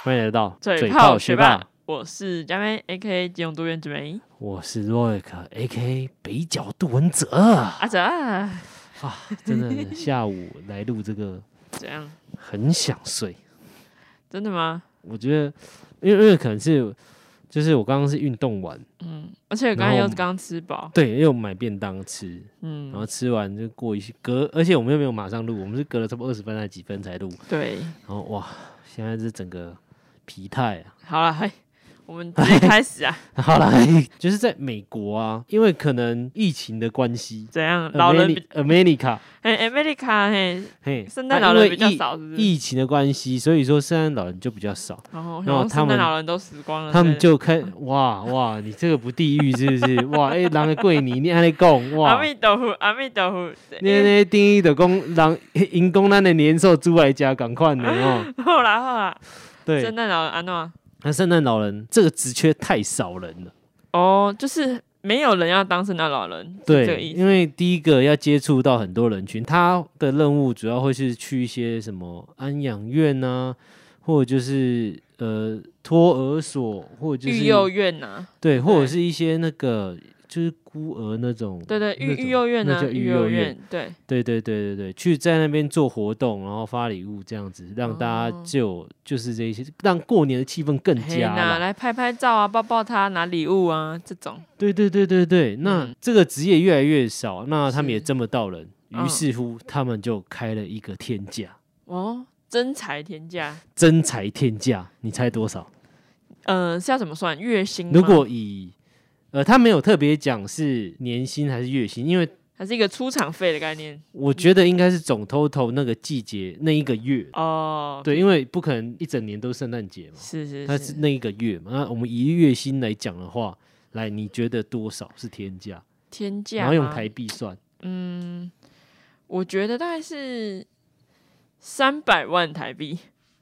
欢迎来到嘴炮学霸，我是佳妹 ，A.K.A. 基隆杜渊之梅， 我是 Roic，A.K.A. 北角杜文泽。 阿泽啊， 真的下午来录这个， 怎样？ 很想睡。 真的吗？ 我觉得，因为可能是，就是我刚刚是运动完， 而且我刚才又刚吃饱， 对，又买便当吃，然后吃完就过一些而且我们又没有马上录，我们是隔了差不多20分还是几分才录， 对， 然后哇，现在是整个疲态啊。 好了，嘿，我们直接开始啊。 好了，就是在美国啊，因为可能疫情的关系， 怎样？老人 America， America 嘿， 圣诞老人比较少，是不是？ 疫情的关系，所以说圣诞老人就比较少。 然后圣诞老人都死光了， 他们就哇，你这个不地狱是不是？哇，人的过年你还在讲哇？ 阿弥陀佛，阿弥陀佛。 那定义的讲，人因讲咱的年兽猪来家赶快的哦。 好啦， 对， 圣诞老人安怎？ 那圣诞老人这个职缺太少人了。 哦，就是没有人要当圣诞老人， 对， 这个意思。 因为第一个要接触到很多人群，他的任务主要会是去一些什么安养院啊，或者就是托儿所，或者就是育幼院啊， 对，或者是一些那个就是孤儿那种， 对，育幼院啊，育幼院， 对，去在那边做活动，然后发礼物这样子，让大家就是这些，让过年的气氛更加啦。 来拍拍照啊，抱抱他，拿礼物啊，这种。 对，那这个职业越来越少，那他们也征不到人，于是乎他们就开了一个天价。 哦，真才天价， 真才天价，你猜多少？ 是要怎么算？月薪吗？ 如果以他没有特别讲是年薪还是月薪，因为还是一个出场费的概念。 我觉得应该是总 total 那个季节那一个月哦。 对，因为不可能一整年都圣诞节嘛， 是， 它是那一个月嘛。那我们以月薪来讲的话，来，你觉得多少是天价？ 天价， 然后用台币算。 我觉得大概是300万台币。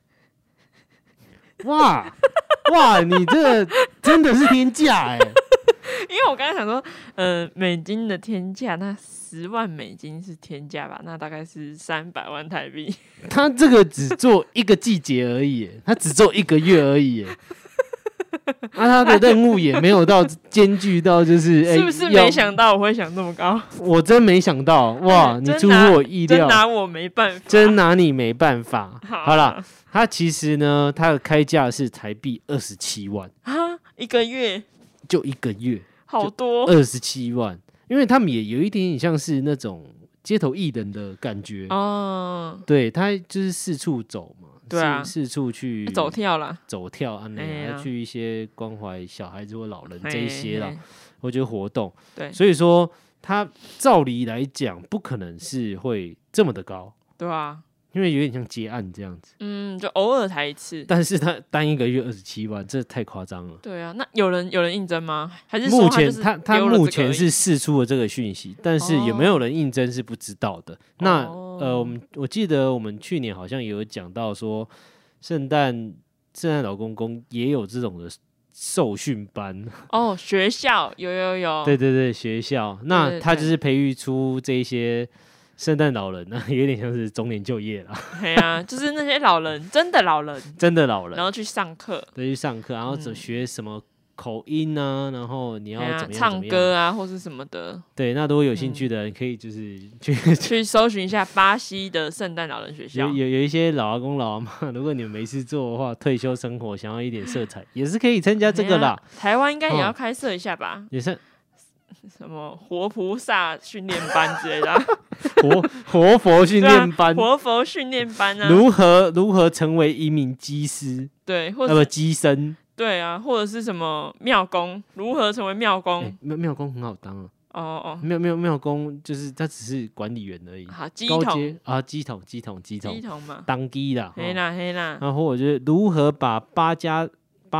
哇，你这个真的是天价哎！ 因为我刚才想说，美金的天价，那10万美金是天价吧？那大概是300万台币。 他这个只做一个季节而已，他只做1个月而已。他的任务也没有到兼具到，就是是不是没想到我会想那么高？ 我真没想到，哇！你出乎我意料， 真拿我没办法， 真拿你没办法。好啦，他其实呢，他的开价是台币27万啊，1个月就1个月， 好多 27万，因为他们也有一点点像是那种街头艺人的感觉哦。对，他就是四处走嘛。 对啊， 四处去走跳啦， 去一些关怀小孩子或老人这一些啦，我觉得活动。 对， 所以说他照理来讲不可能是会这么的高， 对啊， 因为有点像接案这样子， 就偶尔才一次。 但是他单1个月27万，这太夸张了。 对啊，那有人应征吗？还是目前他目前是释出了这个讯息，但是有没有人应征是不知道的。那我记得我们去年好像也有讲到说，圣诞老公公也有这种的受训班哦，学校有， 对，学校，那他就是培育出这些圣诞老人呢，有点像是中年就业啦。 对啊，就是那些老人，真的老人， 然后去上课， 对，去上课，然后学什么口音啊，然后你要怎么样唱歌啊，或是什么的。 对，那如果有兴趣的人，可以就是去搜寻一下巴西的圣诞老人学校。 有一些老阿公老阿嬷，如果你们没事做的话，退休生活想要一点色彩，也是可以参加这个啦。 台湾应该也要开设一下吧？ 也是什么活菩萨训练班之类的、啊， 活佛训练班， 活佛训练班啊， 如何成为一名机师？ 对，或者机身。 对啊，或者是什么庙公，如何成为庙公？ 庙公很好当啊。 哦， 庙公就是他只是管理员而已。 好， 高阶啊，机桶嘛， 当机啦。 黑啦。 然后我觉得如何把八家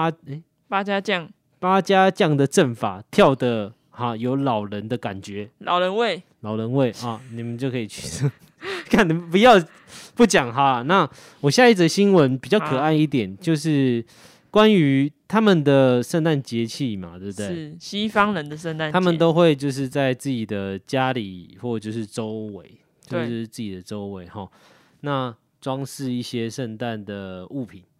将的阵法跳得有老人的感觉，老人味啊，你们就可以去看，你们不讲哈。那我下一则新闻比较可爱一点，就是关于他们的圣诞节气嘛，对不对？ 是西方人的圣诞节， 他们都会就是在自己的家里或者就是周围，就是自己的周围哈，那装饰一些圣诞的物品。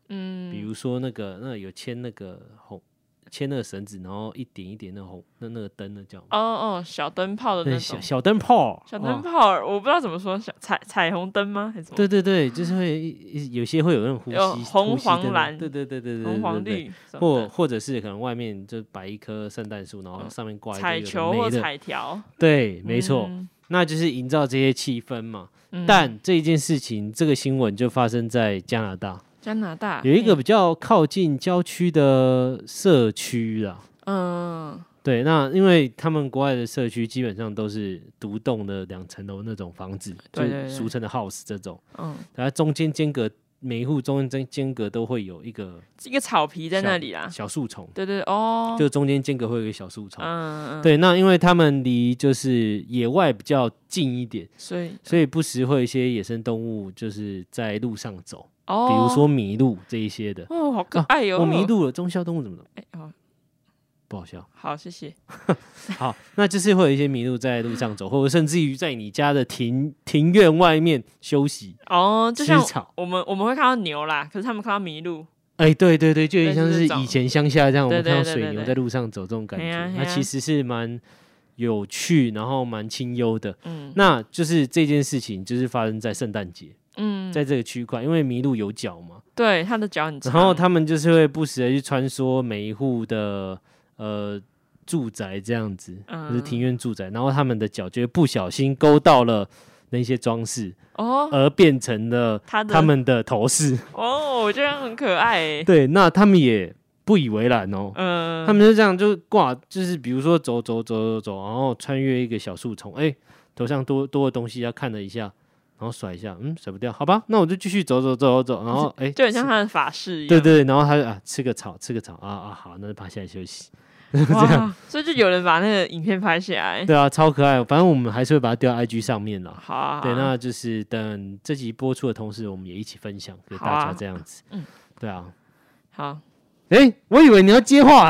比如说那个有牵那个牵那个绳子，然后一点一点那个灯那叫小灯泡的那种小灯泡， 小灯泡，我不知道怎么说，彩虹灯吗？还是什么？ 对，就是会有些会有那种呼吸红黄蓝， 对， 红黄绿， 或者是可能外面就摆一棵圣诞树，然后上面挂一个彩球或彩条， 对，没错，那就是营造这些气氛嘛。但这一件事情，这个新闻就发生在加拿大。 加拿大有一个比较靠近郊区的社区啦，对，那因为他们国外的社区基本上都是独栋的2层楼那种房子，就是俗称的 house 这种，它中间间隔每一户中间间隔都会有一个草皮在那里啦， 小树丛， 对， 就中间间隔会有一个小树丛，对，那因为他们离就是野外比较近一点，所以不时会有一些野生动物就是在路上走。比如说麋鹿这一些的好可爱哟！ 我迷路了，中孝动物怎么了？不好笑。 好，谢谢。 好，那就是会有一些麋鹿在路上走，或者甚至于在你家的庭院外面休息。 就像我们会看到牛啦，可是他们看到麋鹿。 对，就有点像是以前乡下这样，我们看到水牛在路上走这种感觉，那其实是蛮有趣，然后蛮清幽的。那就是这件事情就是发生在圣诞节。在这个区块，因为麋鹿有角嘛， 对，它的脚很长， 然后他们就是会不时的去穿梭每一户的住宅这样子，就是庭院住宅，然后他们的脚就会不小心勾到了那些装饰，而变成了他们的头饰。 我觉得很可爱耶。 对，那他们也不以为然他们就这样就挂，就是比如说走，然后穿越一个小树丛，头上多的东西要看了一下。然后甩一下，甩不掉，好吧，那我就继续走，然后就很像他的法式一样。 对，然后他就吃个草好，那就趴下来休息。这样， 所以就有人把那个影片拍下来。 对啊，超可爱。反正我们还是会把它丢到 IG 上面啦。 好， 对，那就是等这集播出的同时，我们也一起分享给大家这样子。对啊。 好。 我以为你要接话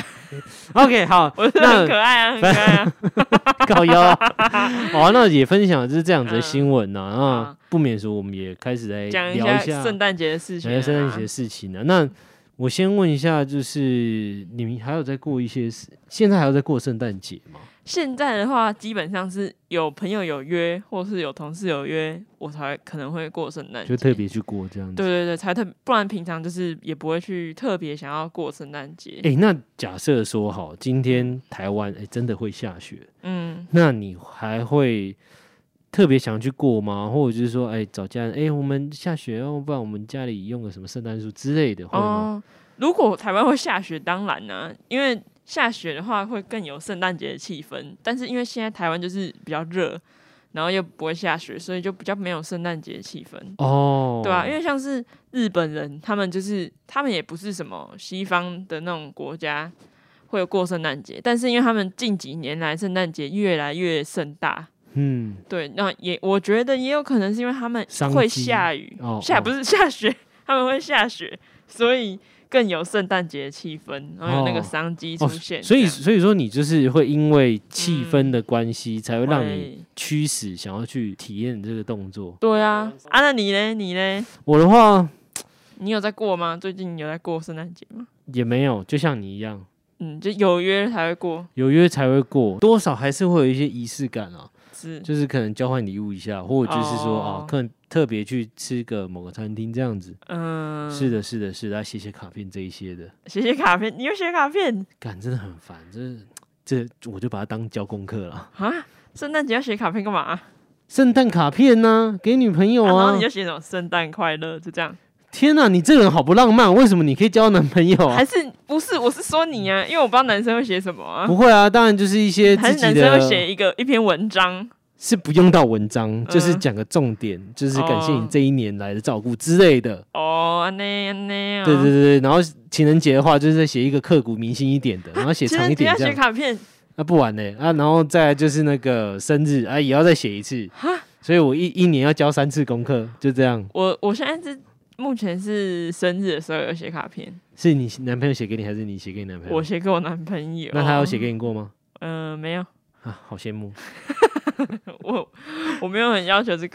OK， 好， 我是很可爱啊，很可爱啊， 搞腰好，那也分享就是这样子的新闻然后不免说我们也开始来聊一下圣诞节的事情， 圣诞节的事情那我先问一下，就是你们还有在过现在还有在过圣诞节吗？ 现在的话，基本上是有朋友有约，或是有同事有约，我才可能会过圣诞节， 就特别去过这样子。 对，才不然平常就是也不会去特别想要过圣诞节。 那假设说好，今天台湾真的会下雪，那你还会特别想去过吗？或者就是说，找家人，我们下雪，要不然我们家里用个什么圣诞树之类的，会吗？ 如果台湾会下雪，当然啦，因为下雪的话会更有圣诞节的气氛。但是因为现在台湾就是比较热，然后又不会下雪，所以就比较没有圣诞节的气氛。对啊，因为像是日本人，他们也不是什么西方的那种国家会有过圣诞节，但是因为他们近几年来圣诞节越来越盛大。对，那我觉得也有可能是因为他们会下雨，不是下雪，他们会下雪，所以更有圣诞节的气氛，然后有那个商机出现。所以说你就是会因为气氛的关系，才会让你驱使想要去体验这个动作。 对啊，那你呢？ 我的话， 你有在过吗？最近有在过圣诞节吗？ 也没有，就像你一样， 就有约才会过， 多少还是会有一些仪式感啊。就是可能交换礼物一下，或者就是说可能特别去吃个某个餐厅这样子。是的，来写卡片这一些的。 写卡片，你有写卡片？ 干，真的很烦，这我就把它当交功课了。 圣诞节要写卡片干嘛？ 圣诞卡片呢，给女朋友啊。 然后你就写什么圣诞快乐，就这样。 天哪，你这个人好不浪漫，为什么你可以交男朋友啊？ 还是不是？我是说你啊，因为我不知道男生会写什么啊。 不会啊，当然就是一些自己的。还是男生会写一篇文章， 是不用到文章，就是讲个重点，就是感谢你这一年来的照顾之类的。 安内对，然后情人节的话，就是写一个刻骨铭心一点的，然后写长一点这样。 写卡片， 不玩呢然后再来就是那个生日也要再写一次。所以我一年要交3次功课，就这样。 我现在目前是生日的时候有写卡片， 是你男朋友写给你，还是你写给你男朋友？ 我写给我男朋友。 那他有写给你过吗？ 没有。 好羡慕。 我没有很要求这个。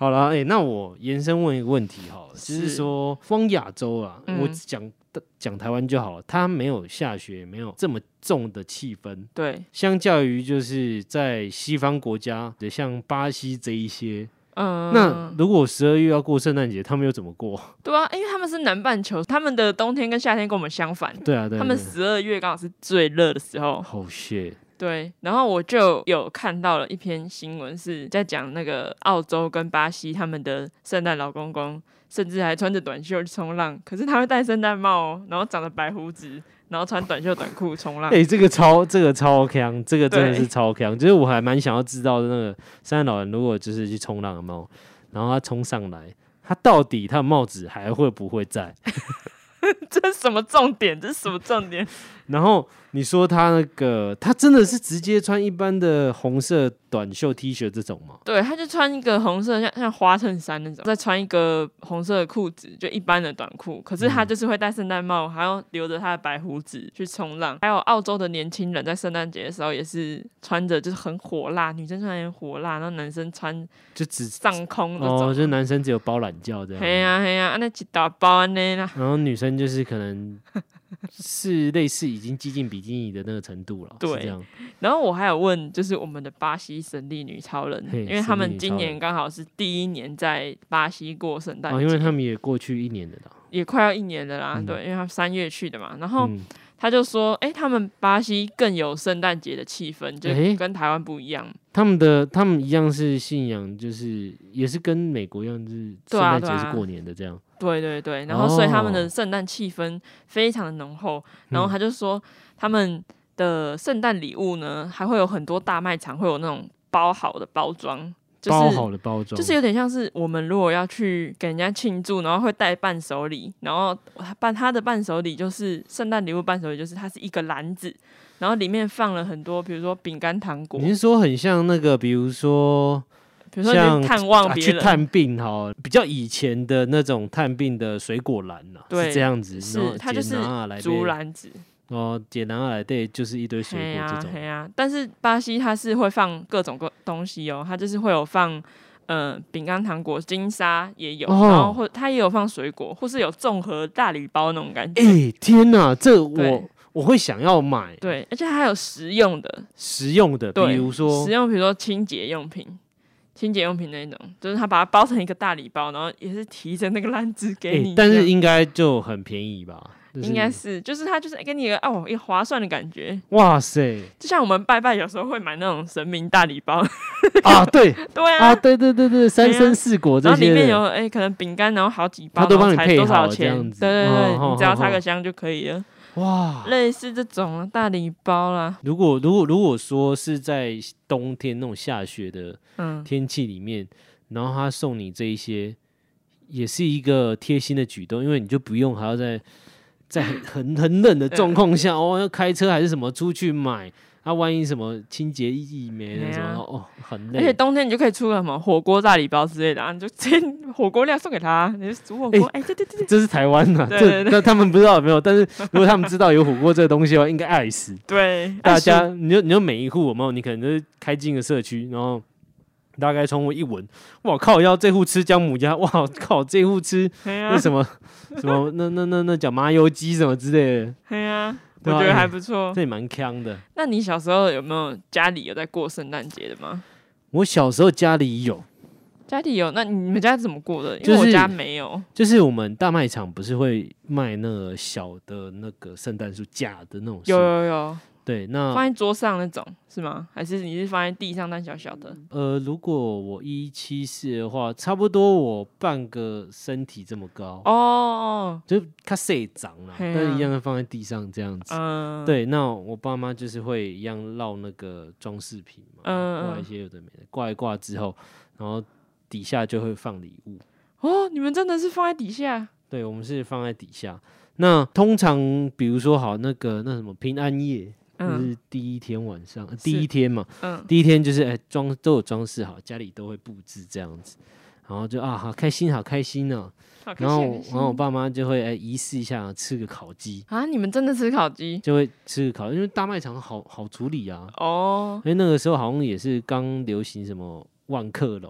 好了，那我延伸问一个问题好了，就是说，光亚洲啊，我讲台湾就好了，它没有下雪，没有这么重的气氛。 对， 相较于就是在西方国家的，像巴西这一些。那如果12月要过圣诞节，他们又怎么过？ 对啊，因为他们是南半球，他们的冬天跟夏天跟我们相反。 对啊， 他们12月刚好是最热的时候。 Oh shit！ 对，然后我就有看到了一篇新闻，是在讲那个澳洲跟巴西他们的圣诞老公公，甚至还穿着短袖去冲浪，可是他会戴圣诞帽哦，然后长着白胡子，然后穿短袖短裤冲浪。 这个超强，这个真的是超强。就是我还蛮想要知道的那个圣诞老人，如果就是去冲浪的帽，然后他冲上来，他到底他的帽子还会不会在？ 这是什么重点？这是什么重点？ 然后你说他他真的是直接穿一般的红色短袖 T 恤这种吗？ 对，他就穿一个红色像花衬衫那种，再穿一个红色的裤子，就一般的短裤。可是他就是会戴圣诞帽，还要留着他的白胡子去冲浪。还有澳洲的年轻人在圣诞节的时候也是穿着就是很火辣，女生穿很火辣，然后男生穿就只上空那种， 就是男生只有包懒觉这样。 嘿呀，那一大包安尼啦。 然后女生就是可能是类似已经接近比基尼的那个程度了， 对。 这样。 然后我还有问，就是我们的巴西神力女超人，因为他们今年刚好是第1年在巴西过圣诞节， 因为他们也过去1年了啦， 也快要1年了啦，对，因为他们3月去的嘛。然后他就说，他们巴西更有圣诞节的气氛，就跟台湾不一样。 他们一样是信仰，就是也是跟美国一样，就是圣诞节是过年的这样。 对，然后所以他们的圣诞气氛非常的浓厚。然后他就说，他们的圣诞礼物呢，还会有很多大卖场会有那种包好的包装。 包好的包装， 就是有点像是我们如果要去给人家庆祝，然后会带伴手礼，然后他的伴手礼就是圣诞礼物伴手礼，就是它是一个篮子，然后里面放了很多，比如说饼干、糖果。 你是说很像那个，比如说你去探望别人、 去探病哈，比较以前的那种探病的水果篮呐，是这样子， 是它就是竹篮子。 简单来对，就是一堆水果这种。 但是巴西它是会放各种东西哦，它就是会有放饼干、糖果、金沙也有，然后它也有放水果，或是有综合大礼包那种感觉。 天哪，这我会想要买。 对，而且还有实用的， 比如说清洁用品那种，就是他把它包成一个大礼包，然后也是提着那个篮子给你。 但是应该就很便宜吧？ 应该是，就是他就是给你一个一个划算的感觉。 哇塞！ 就像我们拜拜有时候会买那种神明大礼包对对啊， 对，三生四果这些， 然后里面有可能饼干，然后好几包， 他都帮你配多少好钱？对，你只要插个香就可以了。哇，类似这种大礼包啦。 如果说是在冬天那种下雪的天气里面，然后他送你这一些，也是一个贴心的举动，因为你就不用还要在很冷的状况下要开车还是什么出去买，万一什么清洁剂没了什么很累。 而且冬天你就可以出个什么火锅大礼包之类的，你就直接火锅料送给他，你就煮火锅。对， 这是台湾啊，但他们不知道有没有，但是如果他们知道有火锅这个东西的话，应该爱死。 对， 大家你就每一户有没有？你可能就是开进个社区，然后大概从我一闻，哇靠！要这户吃姜母鸭，哇靠！这户吃那什么那叫麻油鸡什么之类的。 对啊，我觉得还不错， 这也蛮强的。 那你小时候有没有家里有在过圣诞节的吗？ 我小时候家里有， 那你们家怎么过的？因为我家没有。 就是我们大卖场不是会卖那个小的那个圣诞树假的那种树？ 有。 对，那放在桌上那种是吗？还是你是放在地上但小小的？ 如果我174的话，差不多我半个身体这么高就较细长啦，但是一样放在地上这样子。对，那我爸妈就是会一样绕那个装饰品嘛，挂一些有的没的，挂一挂之后，然后底下就会放礼物。 你们真的是放在底下？ 对，我们是放在底下。那通常比如说好那什么平安夜。就是第一天晚上，第一天嘛，第一天就是都有装饰好，家里都会布置这样子，然后就好开心哦，然后我爸妈就会仪式一下，吃个烤鸡啊！你们真的吃烤鸡？ 就会吃个烤，因为大卖场好处理啊。因为那个时候好像也是刚流行什么万客隆，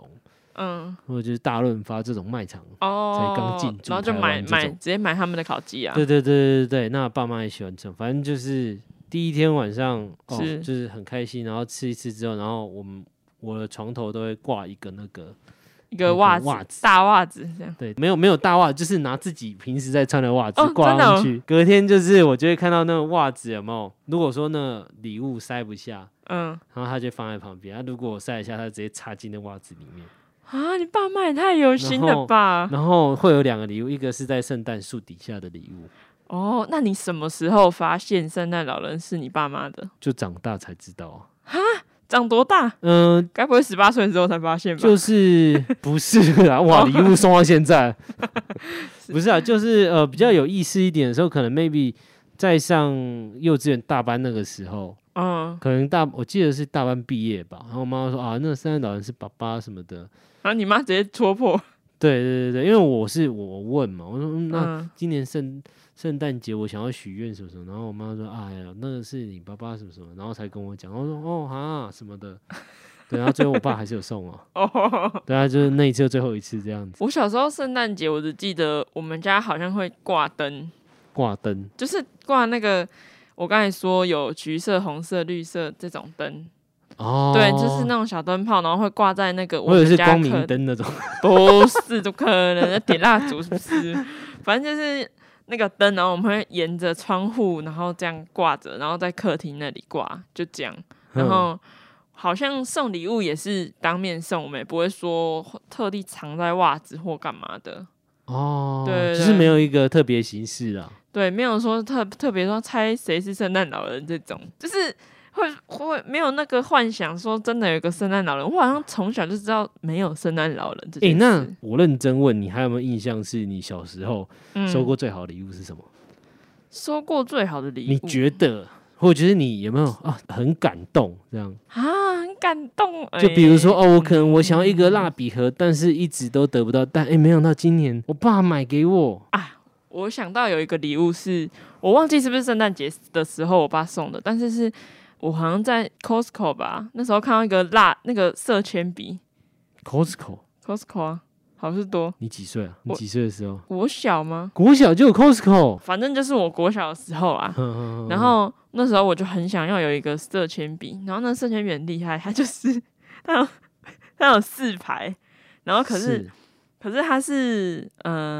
或者就是大润发这种卖场才刚进驻， 然后就直接买他们的烤鸡啊。 对，那爸妈也喜欢吃，反正就是第一天晚上就是很开心，然后吃一次之后，然后我的床头都会挂一个一个袜子，大袜子这样。 对，没有大袜子，就是拿自己平时在穿的袜子挂上去。隔天就是我就会看到那个袜子有没有，如果说那礼物塞不下，然后他就放在旁边。如果我塞一下，他直接插进那袜子里面。 啊，你爸妈也太有心了吧！ 然后会有2个礼物，一个是在圣诞树底下的礼物。 哦，那你什么时候发现圣诞老人是你爸妈的？ 就长大才知道啊。 哈？长多大？该不会18岁的时候才发现吧？ 就是不是啊？哇，礼物送到现在，不是啊，就是比较有意思一点的时候，可能 maybe 在上幼稚园大班那个时候，可能我记得是大班毕业吧。然后我妈妈说啊，那个圣诞老人是爸爸什么的， 然后你妈直接戳破。 对，因为我问嘛，我说那今年圣诞节我想要许愿什么什么，然后我妈说哎呀，那个是你爸爸什么什么，然后才跟我讲，我说什么的，对，然后最后我爸还是有送对啊，就是那一次最后一次这样子。 我小时候圣诞节我只记得我们家好像会挂灯，就是挂那个我刚才说有橘色、红色、绿色这种灯。对，就是那种小灯泡，然后会挂在那个我们家或者是光明灯那种， 不是，怎么可能点蜡烛是不是？反正就是那个灯，然后我们会沿着窗户，然后这样挂着，然后在客厅那里挂，就这样。然后好像送礼物也是当面送，我们也不会说特地藏在袜子或干嘛的。对， 就是没有一个特别形式啦。 对，没有说特别说猜谁是圣诞老人这种，就是会没有那个幻想说真的有一个圣诞老人。我好像从小就知道没有圣诞老人这件事。 那我认真问你，还有没有印象是你小时候收过最好的礼物是什么？ 收过最好的礼物， 你觉得，或者是你有没有很感动这样很感动。 就比如说我想要一个蜡笔盒，但是一直都得不到，但没想到今年我爸买给我啊。我想到有一个礼物是我忘记是不是圣诞节的时候我爸送的，但是我好像在 Costco 吧，那时候看到一个那个色铅笔。Costco 啊，好事多。 你几岁啊？你几岁的时候？ 国小吗？ 国小就有 Costco， 反正就是我国小的时候啊。然后那时候我就很想要有一个色铅笔，然后那色铅笔很厉害，它就是它有4排，然后可是它是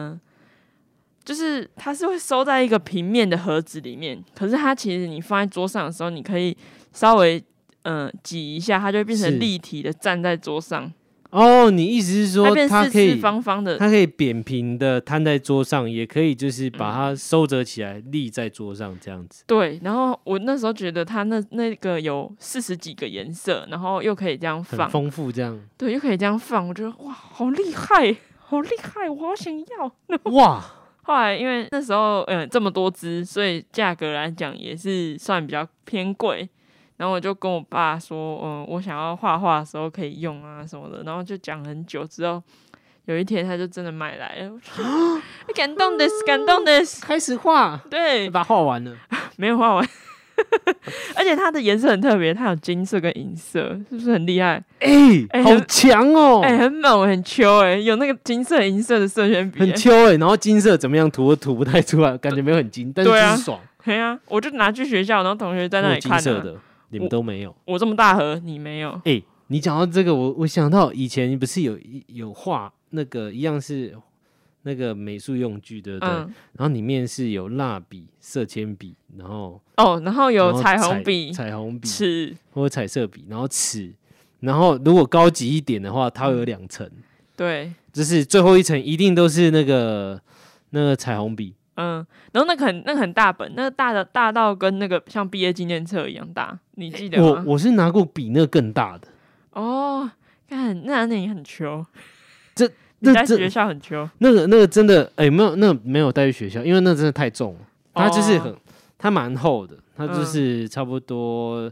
就是它是会收在一个平面的盒子里面，可是它其实你放在桌上的时候，你可以稍微挤一下，它就会变成立体的站在桌上。 你意思是说它可以四四方方的， 它可以扁平的摊在桌上，也可以就是把它收折起来立在桌上这样子。 对，然后我那时候觉得它那个有40几个颜色，然后又可以这样放， 很丰富这样。 对，又可以这样放，我觉得哇，好厉害，我好想要哇！ 后来因为那时候这么多支，所以价格来讲也是算比较偏贵。然后我就跟我爸说，我想要画画的时候可以用啊什么的，然后就讲很久之后，有一天他就真的买来了，感动的， 开始画， 对， 把它画完了， 没有画完，而且它的颜色很特别，它有金色跟银色，是不是很厉害？ 好强哦！ 很猛，很秋有那个金色、银色的色铅笔， 很秋然后金色怎么样涂都涂不太出来，感觉没有很金，但是就是爽。 对啊，我就拿去学校，然后同学在那里看。 金色的，你们都没有。我这么大盒，你没有。 你讲到这个，我想到以前不是有画那个一样是那个美术用具，对不对？然后里面是有蜡笔、色铅笔，然后有彩虹笔、 尺或者彩色笔，然后尺，然后如果高级一点的话，它会有2层。 对， 就是最后一层一定都是那个彩虹笔。 然后那个很大本，那个大到跟那个像毕业纪念册一样大，你记得吗？ 我是拿过比那个更大的。 看那你很穷， 你在学校很穷。 那个真的没有带去学校，因为那真的太重了。它就是它蛮厚的，它就是差不多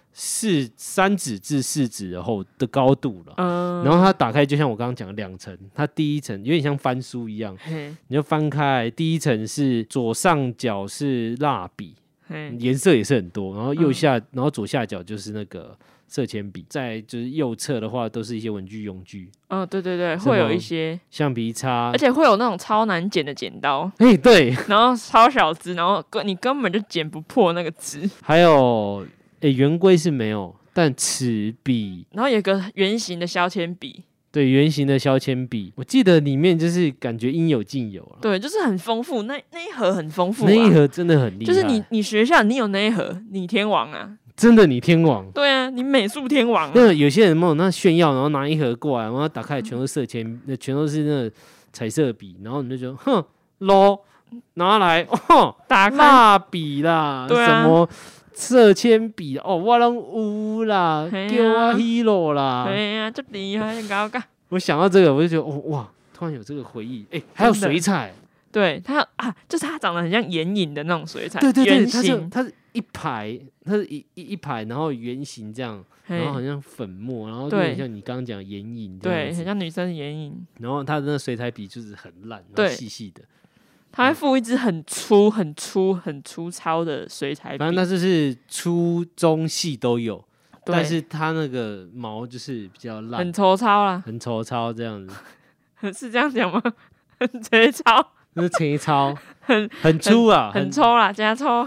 3指至4指的高度了。然后它打开就像我刚刚讲的2层，它第一层有点像翻书一样，你就翻开，第一层是左上角是蜡笔，颜色也是很多，然后右下，然后左下角就是那个色铅笔，在就是右侧的话都是一些文具用具。 对对对，会有一些橡皮擦， 而且会有那种超难剪的剪刀。 对， 然后超小支，然后你根本就剪不破那个纸。 还有圆规是没有，但尺笔， 然后有个圆形的削铅笔。 对，圆形的削铅笔，我记得里面就是感觉应有尽有啊。 对，就是很丰富，那一盒很丰富、 那一盒真的很厉害。 就是你学校你有那一盒，你天王啊！ 真的你天王。 对啊，你美术天王啊。 那有些人那炫耀，然后拿一盒过来，然后打开全都是色铅，全都是那个彩色笔，然后你就觉得哼 low， 拿来打开蜡笔啦， 对啊， 什么色铅笔我拢有啦，叫我 hero 啦， 对啊，这厉害，搞搞。 我想到这个，我就觉得哇，突然有这个回忆。还有水彩， 对它就是它长得很像眼影的那种水彩， 对对对， 圆形， 它是一排，它是一排，然后圆形这样，然后好像粉末，然后有点像你刚刚讲眼影， 对，很像女生的眼影。 然后它的那水彩笔就是很烂，然后细细的。 他会附一支很粗、很粗、很粗糙的水彩笔， 反正它就是粗、中、细都有，但是它那个毛就是比较烂， 很粗糙啦， 很粗糙这样子， 是这样讲吗？很粗糙， 那是粗糙，很粗啊， 很粗啦，加粗，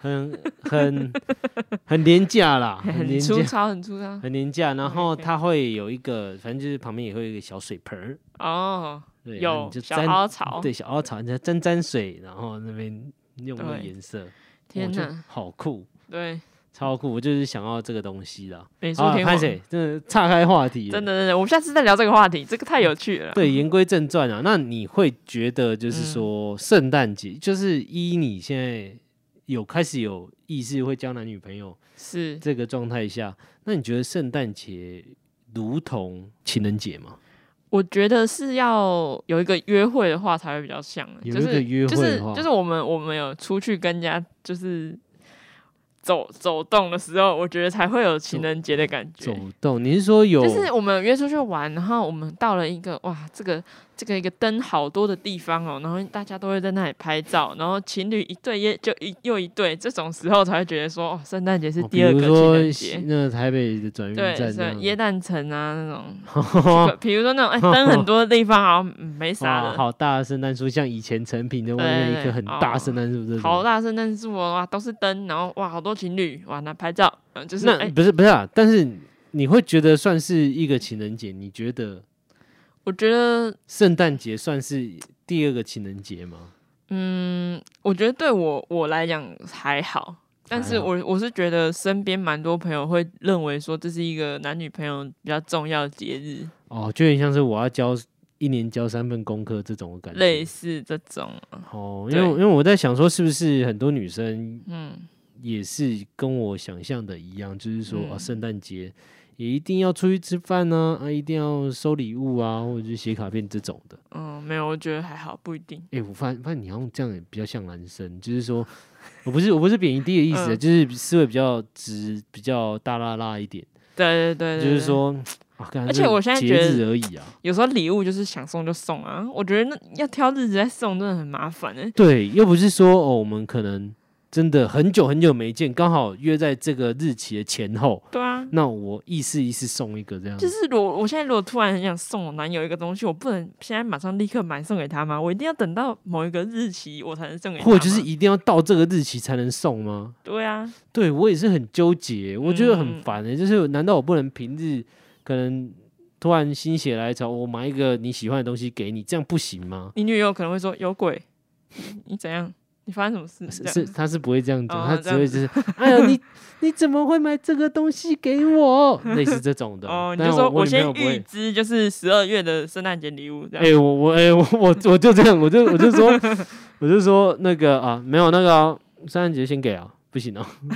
很廉价啦， 很粗糙，很粗糙， 很廉价。然后它会有一个，反正就是旁边也会有一个小水盆对， 有小凹槽， 对，小凹槽，你再沾水，然后那边用那个颜色， 天哪， 好酷， 对， 超酷！我就是想要这个东西啦。 美术天王， 真的岔开话题了， 真的，我们下次再聊这个话题，这个太有趣了。 对，言归正传啊，那你会觉得就是说，圣诞节就是你现在开始有意识会交男女朋友是这个状态下，那你觉得圣诞节如同情人节吗？ 我觉得是要有一个约会的话才会比较像， 有一个约会的话， 就是我们有出去跟人家就是走动的时候，我觉得才会有情人节的感觉。 走动，你是说有？ 就是我们约出去玩，然后我们到了一个这个一个灯好多的地方然后大家都会在那里拍照，然后情侣一对又一对，这种时候才会觉得说圣诞节是第二个情人节。 比如说那个台北的转运站， 对，耶诞城啊那种，比如说那种灯很多的地方好像没啥的， 好大的圣诞树，像以前成品的外面一棵很大圣诞树， 好大圣诞树都是灯，然后好多情侣那拍照，就是那不是啊，但是你会觉得算是一个情人节？你觉得？ 我觉得圣诞节算是第二个情人节吗？ 我觉得对我来讲还好，但是我是觉得身边蛮多朋友会认为说这是一个男女朋友比较重要的节日就有点像是我要一年交3份功课这种的感觉， 类似这种因为我在想说是不是很多女生也是跟我想象的一样，就是说圣诞节也一定要出去吃饭一定要收礼物或者是写卡片这种的。 没有，我觉得还好，不一定。 我发现你好像这样也比较像男生，就是说我不是贬义的意思，就是思维比较直，比较大辣辣一点。 对，就是说， 而且我现在觉得节日而已有时候礼物就是想送就送我觉得那要挑日子再送真的很麻烦对，又不是说我们可能真的很久很久没见，刚好约在这个日期的前后。 对啊， 那我意思送一个这样。 就是我现在如果突然很想送我男友一个东西，我不能现在马上立刻买送给他吗？我一定要等到某一个日期我才能送给他吗？ 或者就是一定要到这个日期才能送吗？ 对啊， 对我也是很纠结，我觉得很烦就是难道我不能平日可能突然心血来潮，我买一个你喜欢的东西给你，这样不行吗？ 你女友可能会说有鬼，你怎样？你发生什么事？ 他是不会这样讲，他只会就是哎呀，你怎么会买这个东西给我？类似这种的。 你就说我先预支，就是12月的圣诞节礼物这样。 我就这样，我就说那个没有那个圣诞节先给不行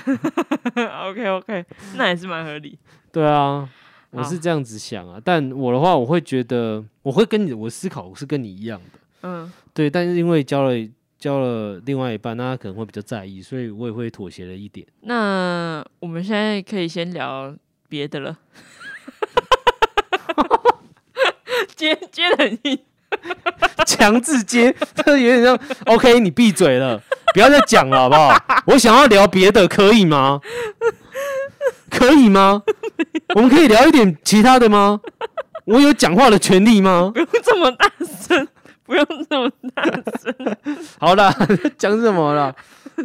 OK， 那也是蛮合理。 对啊，我是这样子想但我的话，我会觉得我会跟你我思考是跟你一样的。对，但是因为交了另外一半，那他可能会比较在意，所以我也会妥协了一点。 那我们现在可以先聊别的了。接得很硬， 强制接，这有点像 OK， 你闭嘴了，不要再讲了好不好？我想要聊别的，可以吗？可以吗？ 我们可以聊一点其他的吗？我有讲话的权利吗？ 不用这么大声，不用这么大声。 好啦，讲什么啦？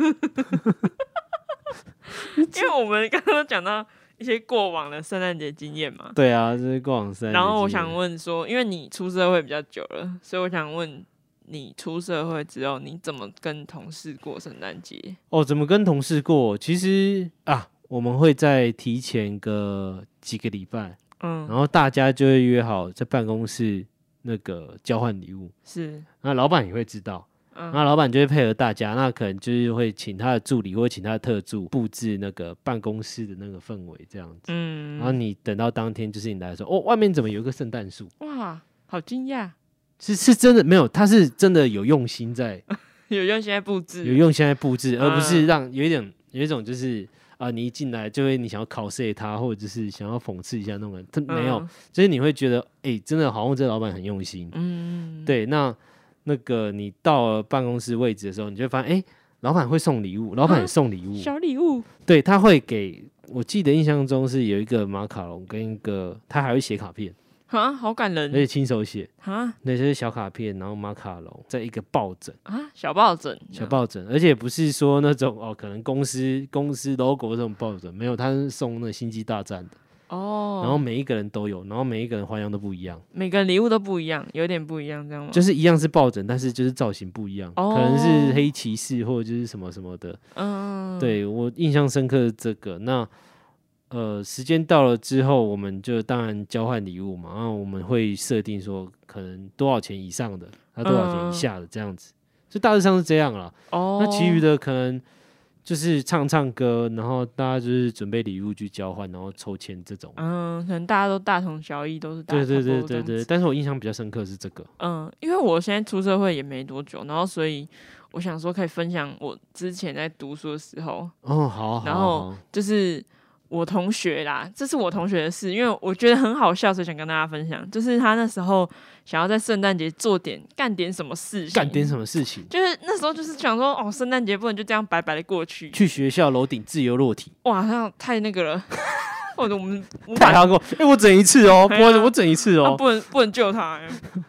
因为我们刚刚讲到一些过往的圣诞节经验嘛。 对啊，这是过往圣诞节经验。 然后我想问说，因为你出社会比较久了，所以我想问你出社会之后，你怎么跟同事过圣诞节？ 哦，怎么跟同事过？其实我们会在提前个几个礼拜，然后大家就会约好在办公室那个交换礼物。 是， 那老板也会知道。那老板就会配合大家，那可能就是会请他的助理或者请他的特助布置那个办公室的那个氛围这样子。然后你等到当天就是你来说，外面怎么有一个圣诞树？ 哇，好惊讶！ 是真的没有，他是真的有用心在， 有用心在布置， 有用心在布置，而不是让有一种就是你一进来就会你想要cos他，或者就是想要讽刺一下那种人，他没有，就是你会觉得真的好像这老板很用心。对，那个你到了办公室位置的时候，你就会发现，老板会送礼物，老板也送礼物， 小礼物。对， 他会给我记得印象中是有一个马卡龙跟一个，他还会写卡片， 好感人， 而且亲手写那就是小卡片，然后马卡龙，再一个抱枕小抱枕， 而且不是说那种可能公司 logo 这种抱枕，没有，他是送那星际大战的。然后每一个人都有，然后每一个人花样都不一样， 每个人礼物都不一样，有点不一样，这样吗？ 就是一样是抱枕，但是就是造型不一样，可能是黑骑士或者就是什么什么的。对，我印象深刻的这个。那时间到了之后，我们就当然交换礼物嘛，然后我们会设定说可能多少钱以上的，多少钱以下的这样子，就大致上是这样啦。那其余的可能就是唱歌，然后大家就是准备礼物去交换，然后抽签这种。 可能大家都大同小异，都是大对。但是我印象比较深刻是这个。 因为我现在出社会也没多久，然后所以我想说可以分享我之前在读书的时候。 好。 然后就是我同学啦，这是我同学的事，因为我觉得很好笑，所以想跟大家分享。就是他那时候想要在圣诞节干点什么事情，就是那时候就是想说，圣诞节不能就这样白白的过去， 去学校楼顶自由落体。 哇，那太那个了。或者我们太哈过，我整一次哦，我整一次哦， 不能救他。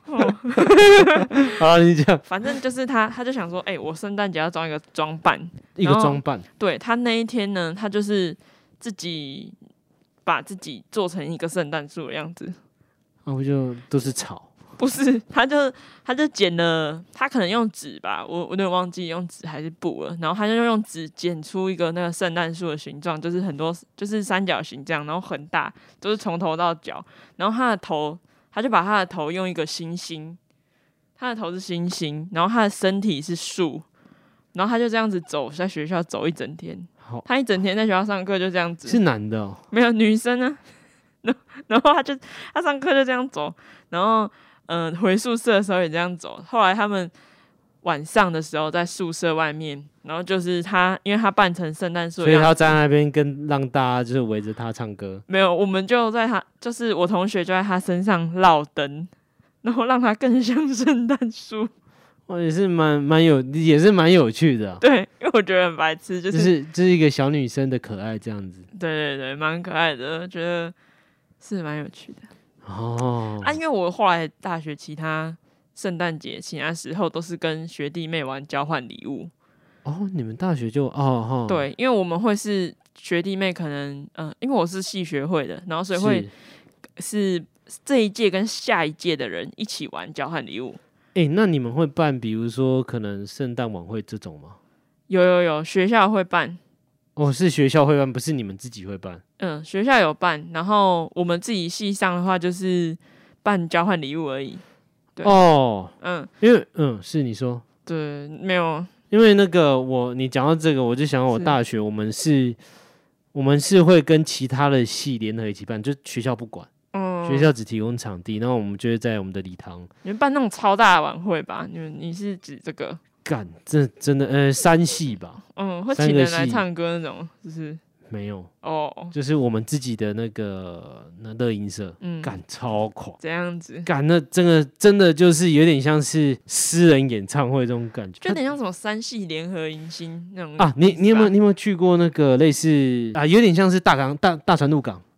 好，你讲。 反正就是他就想说，我圣诞节要装一个装扮，对，他那一天呢，他就是自己把自己做成一个圣诞树的样子。 我就都是草。 不是，他就剪了，他可能用纸吧，我有点忘记用纸还是布了，然后他就用纸剪出一个那个圣诞树的形状，就是很多就是三角形这样，然后很大，就是从头到脚，然后他就把他的头用一个星星，他的头是星星，然后他的身体是树，然后他就这样子走在学校走一整天，他一整天在学校上课就这样子。 是男的哦？ 没有，女生啊。然后他上课就这样走，然后回宿舍的时候也这样走。后来他们晚上的时候在宿舍外面，然后就是因为他扮成圣诞树， 所以他在那边让大家就是围着他唱歌。 没有，我们就就是我同学就在他身上绕灯，然后让他更像圣诞树。 也是也是蛮有趣的。 对，因为我觉得很白痴，就是一个小女生的可爱这样子。 对，蛮可爱的，觉得是蛮有趣的。因为我后来大学其他圣诞节其他时候都是跟学弟妹玩交换礼物。 你们大学就对，因为我们会是学弟妹，可能因为我是系学会的，然后所以会是这一届跟下一届的人一起玩交换礼物。 那你们会办比如说可能圣诞晚会这种吗？ 有，学校会办。 是学校会办，不是你们自己会办？ 学校有办，然后我们自己系上的话就是办交换礼物而已。对因为是你说对，没有， 因为那个你讲到这个，我就想到我大学我们是会跟其他的系联合一起办，就学校不管。学校只提供场地，然后我们就会在我们的礼堂。 你们办那种超大的晚会吧？你是指这个？ 这真的3系吧？ 会请人来唱歌那种，就是没有就是我们自己的那乐音社，超狂， 这样子， 那真的就是有点像是私人演唱会这种感觉， 就有点像什么3系联合迎新那种你有没有去过那个类似有点像是大船渡港。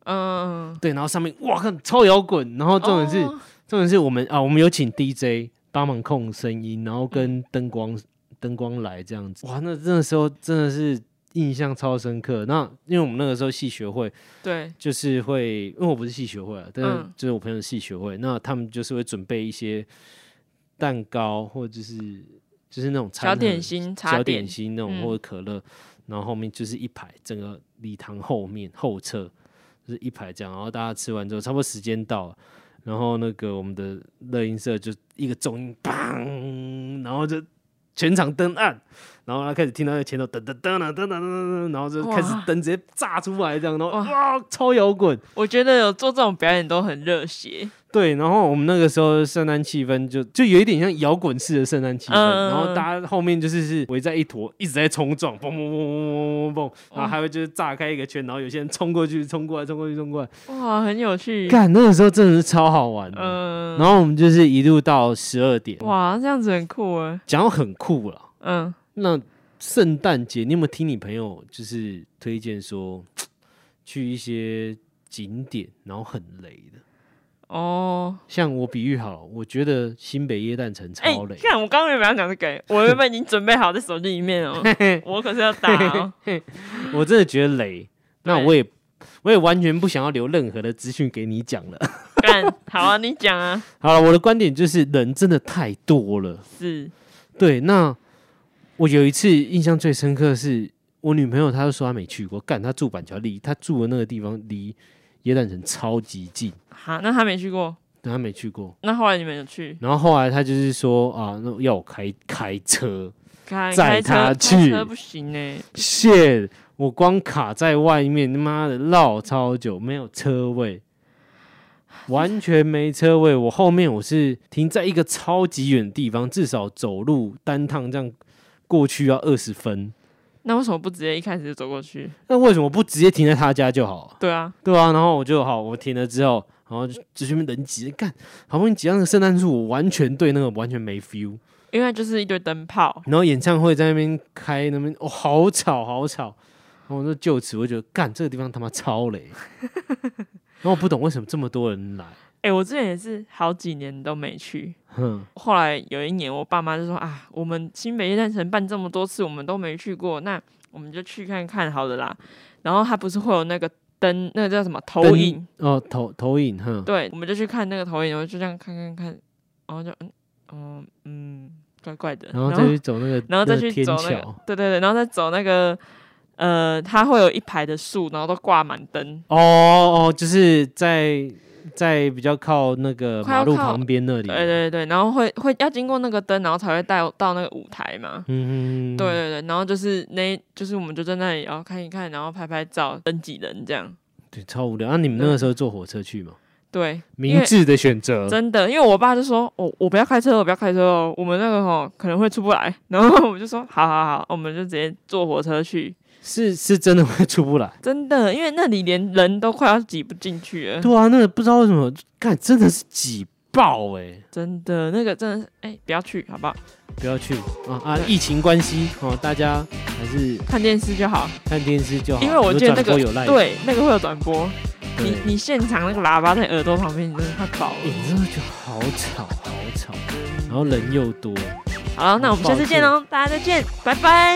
对，然后上面哇看超摇滚，然后重点是我们有请 DJ 帮忙控声音，然后跟灯光来这样子，哇，那时候真的是印象超深刻。那因为我们那个时候系学会， 对， 就是会，因为我不是系学会但是就是我朋友的系学会，那他们就是会准备一些蛋糕或者就是那种小点心、茶点、 小点心那种或者可乐，然后后面就是一排，整个礼堂后侧就是一排这样，然后大家吃完之后，差不多时间到了，然后那个我们的乐音社就一个重音，砰，然后就全场灯暗，然后他开始听到在前头噔噔噔噔噔噔，然后就开始灯直接炸出来这样，然后哇，超摇滚！ 我觉得有做这种表演都很热血。对， 然后我们那个时候圣诞气氛就有一点像摇滚式的圣诞气氛，然后大家后面就是围在一坨，一直在冲撞，嘣嘣嘣嘣嘣嘣，然后还会就是炸开一个圈，然后有些人冲过去、冲过来、冲过去、冲过来， 哇，很有趣。 干，那个时候真的是超好玩的。然后我们就是一路到12点， 哇，这样子很酷哎。 讲到很酷了，那圣诞节你有没有听你朋友就是推荐说去一些景点，然后很雷的？像我比喻好了，我觉得新北耶诞城超雷。 看我刚刚原本要讲这个，我原本已经准备好在手机里面哦，我可是要打哦。 我真的觉得雷，那我也完全不想要留任何的资讯给你讲了。 干，好啊，你讲啊。 好了，我的观点就是人真的太多了。 是， 对。那我有一次印象最深刻的是，我女朋友她就说她没去过，干，她住板桥，她住的那个地方离耶诞城超级近。 好，那她没去过。 他没去过。 那后来你们有去？ 然后后来他就是说那要我开车载他去， 开车不行欸。 shit，我光卡在外面，他妈的绕超久，没有车位，完全没车位。我后面我是停在一个超级远的地方，至少走路单趟这样过去要20分。 那为什么不直接一开始就走过去？ 那为什么不直接停在他家就好？ 对啊， 然后我停了之后。然后就去那边人挤，干，好不容易挤到那个圣诞树，我完全对那个完全没 feel， 因为就是一堆灯泡， 然后演唱会在那边开，那边好吵好吵，然后我就就此我觉得干这个地方他妈超雷，然后我不懂为什么这么多人来， 我之前也是好几年都没去，后来有一年我爸妈就说我们新北耶诞城办这么多次，我们都没去过，那我们就去看看好了啦。然后他不是会有那个灯，那个叫什么投影？ 投影， 对，我们就去看那个投影，然后就这样看，然后就怪怪的， 然后再去走那个， 然后再去走那个，对，然后再走那个，它会有一排的树，然后都挂满灯。 就是在比较靠那个马路旁边那里， 对，然后会要经过那个灯，然后才会到那个舞台嘛。对，然后就是就是我们就在那里，然后看一看，然后拍拍照，登几人这样。对， 超无聊。你们那个时候坐火车去吗？ 对， 明智的选择， 真的，因为我爸就说，我不要开车，哦，我们那个可能会出不来。然后我们就说，好，我们就直接坐火车去。 是真的会出不来， 真的，因为那里连人都快要挤不进去了。 对啊，那个不知道为什么，干真的是挤爆真的，那个真的是不要去，好不好？ 不要去疫情关系大家还是看电视就好， 因为我觉得那个对那个会有转播，你现场那个喇叭在耳朵旁边，你真的太爆了， 你真的觉得好吵，然后人又多。 好，那我们下次见喽，大家再见，拜拜。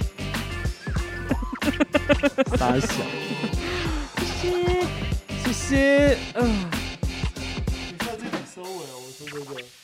傻小，谢谢。你看这里收尾我说这个。